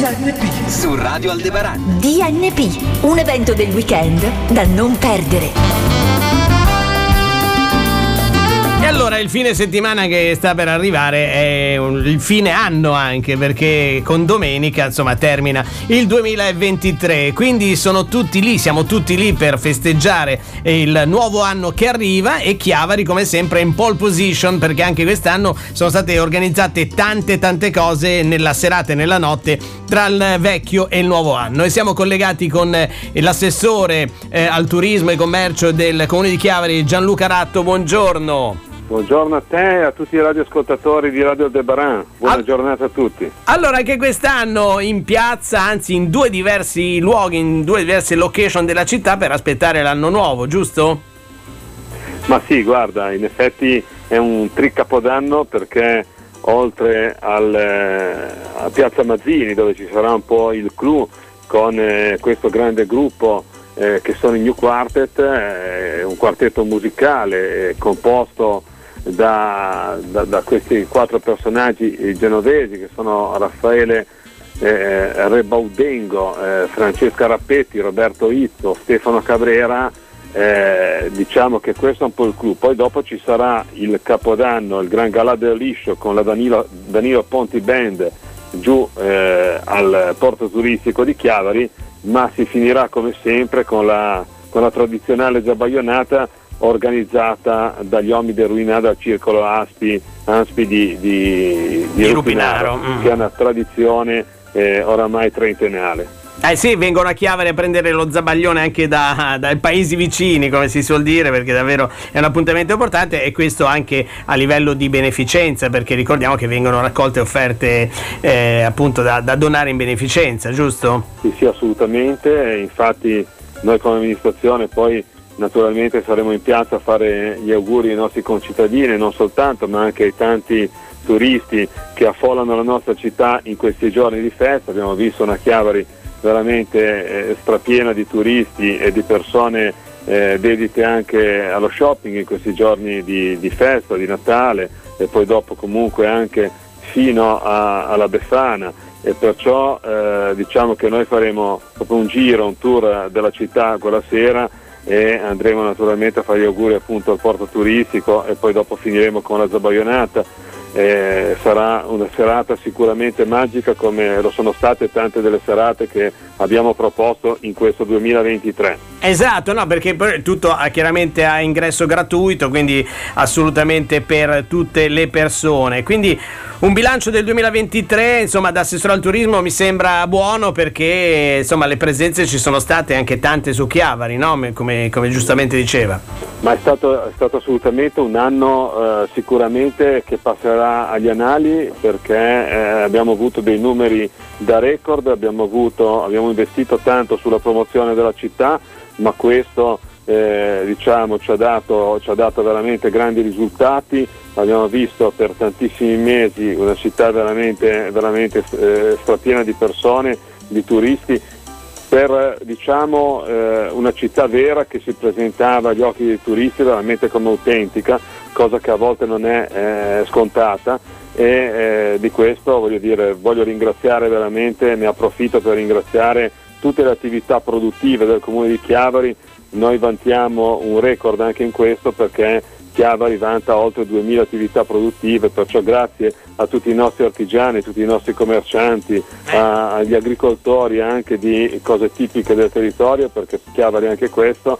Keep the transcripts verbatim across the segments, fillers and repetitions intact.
D N P su Radio Aldebaran. D N P, un evento del weekend da non perdere. E allora il fine settimana che sta per arrivare è un, il fine anno anche, perché con domenica insomma termina il duemilaventitré, quindi sono tutti lì, siamo tutti lì per festeggiare il nuovo anno che arriva, e Chiavari come sempre in pole position, perché anche quest'anno sono state organizzate tante tante cose nella serata e nella notte tra il vecchio e il nuovo anno, e siamo collegati con l'assessore eh, al turismo e commercio del comune di Chiavari, Gianluca Ratto. Buongiorno. Buongiorno a te e a tutti i radioascoltatori di Radio Aldebaran, buona All- giornata a tutti. Allora, anche quest'anno in piazza, anzi in due diversi luoghi, in due diverse location della città per aspettare l'anno nuovo, giusto? Ma sì, guarda, in effetti è un tri-capodanno, perché oltre al, eh, a Piazza Mazzini, dove ci sarà un po' il clou con eh, questo grande gruppo eh, che sono i New Quartet, eh, un quartetto musicale eh, composto Da, da, da questi quattro personaggi genovesi che sono Raffaele eh, Rebaudengo, eh, Francesca Rappetti, Roberto Izzo, Stefano Cabrera. Eh, diciamo che questo è un po' il clou. Poi dopo ci sarà il Capodanno, il Gran Galà del Liscio con la Danilo, Danilo Ponti Band giù eh, al porto turistico di Chiavari, ma si finirà come sempre con la, con la tradizionale zabaionata organizzata dagli uomini del Ruinà, dal circolo Aspi, Aspi di, di, di, di Rupinaro, mm. che è una tradizione eh, oramai trentennale. Eh sì, vengono a Chiavari a prendere lo zabaglione anche da, dai paesi vicini, come si suol dire, perché davvero è un appuntamento importante, e questo anche a livello di beneficenza, perché ricordiamo che vengono raccolte offerte eh, appunto da, da donare in beneficenza, giusto? Sì, sì, assolutamente. Infatti noi come amministrazione poi naturalmente saremo in piazza a fare gli auguri ai nostri concittadini, non soltanto, ma anche ai tanti turisti che affollano la nostra città in questi giorni di festa. Abbiamo visto una Chiavari veramente eh, strapiena di turisti e di persone eh, dedite anche allo shopping in questi giorni di, di festa, di Natale, e poi dopo comunque anche fino a, alla Befana, e perciò eh, diciamo che noi faremo proprio un giro, un tour della città quella sera, e andremo naturalmente a fare gli auguri appunto al porto turistico, e poi dopo finiremo con la zabaionata. Eh, sarà una serata sicuramente magica, come lo sono state tante delle serate che abbiamo proposto in questo duemilaventitré. Esatto, no, perché tutto ha chiaramente a ingresso gratuito, quindi assolutamente per tutte le persone. Quindi un bilancio del duemilaventitré, insomma, da assessore al turismo mi sembra buono, perché insomma le presenze ci sono state anche tante su Chiavari, no? Come, come giustamente diceva. Ma è stato, è stato assolutamente un anno eh, sicuramente che passerà agli anali, perché eh, abbiamo avuto dei numeri da record, abbiamo avuto, abbiamo investito tanto sulla promozione della città, ma questo eh, diciamo ci ha dato, ci ha dato veramente grandi risultati. Abbiamo visto per tantissimi mesi una città veramente, veramente eh, strapiena di persone, di turisti, per diciamo eh, una città vera che si presentava agli occhi dei turisti veramente come autentica, cosa che a volte non è eh, scontata, e eh, di questo voglio dire, voglio ringraziare veramente, ne approfitto per ringraziare tutte le attività produttive del comune di Chiavari. Noi vantiamo un record anche in questo, perché Chiavari vanta oltre duemila attività produttive, perciò grazie a tutti i nostri artigiani, tutti i nostri commercianti, a, agli agricoltori anche di cose tipiche del territorio, perché Chiavari anche questo,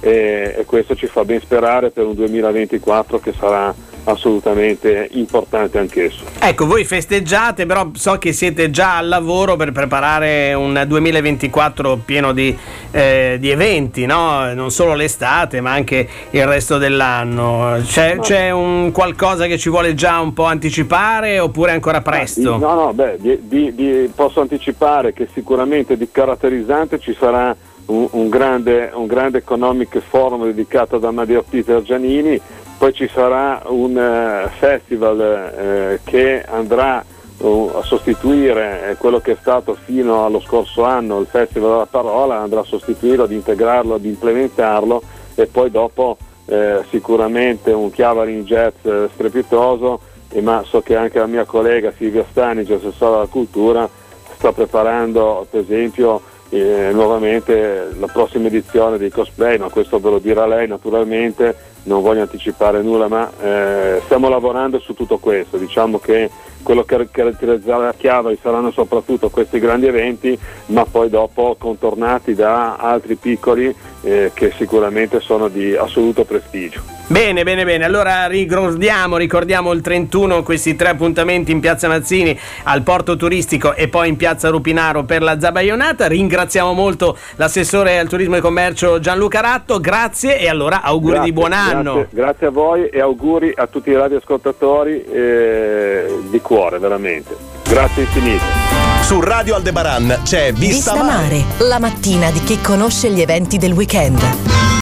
e, e questo ci fa ben sperare per un duemilaventiquattro che sarà assolutamente importante anch'esso. Ecco, voi festeggiate, però so che siete già al lavoro per preparare un duemilaventiquattro pieno di, eh, di eventi, no? Non solo l'estate, ma anche il resto dell'anno. C'è, no. c'è un qualcosa che ci vuole già un po' anticipare, oppure è ancora presto? No, no, beh, di, di, di, posso anticipare che sicuramente di caratterizzante ci sarà un, un grande un grande economic forum dedicato ad Amadeo Peter Giannini. Poi ci sarà un uh, festival uh, che andrà uh, a sostituire eh, quello che è stato fino allo scorso anno il Festival della Parola, andrà a sostituirlo, ad integrarlo, ad implementarlo, e poi dopo eh, sicuramente un Chiavari in jazz eh, strepitoso, e ma so che anche la mia collega Silvia Stanic, assessore alla cultura, sta preparando per esempio eh, nuovamente la prossima edizione dei cosplay, ma questo ve lo dirà lei naturalmente, non voglio anticipare nulla, ma eh, stiamo lavorando su tutto questo. Diciamo che quello che caratterizzerà Chiavari saranno soprattutto questi grandi eventi, ma poi dopo contornati da altri piccoli eh, che sicuramente sono di assoluto prestigio. Bene, bene, bene. Allora ricordiamo, ricordiamo il trentuno questi tre appuntamenti in Piazza Mazzini, al Porto Turistico e poi in Piazza Rupinaro per la Zabaionata. Ringraziamo molto l'assessore al turismo e commercio Gianluca Ratto, grazie e allora auguri Grazie, di buon anno. Grazie, grazie a voi e auguri a tutti i radioascoltatori eh, di cuore, veramente. Grazie infinite. Su Radio Aldebaran c'è Vista, Vista Mare, la mattina di chi conosce gli eventi del weekend.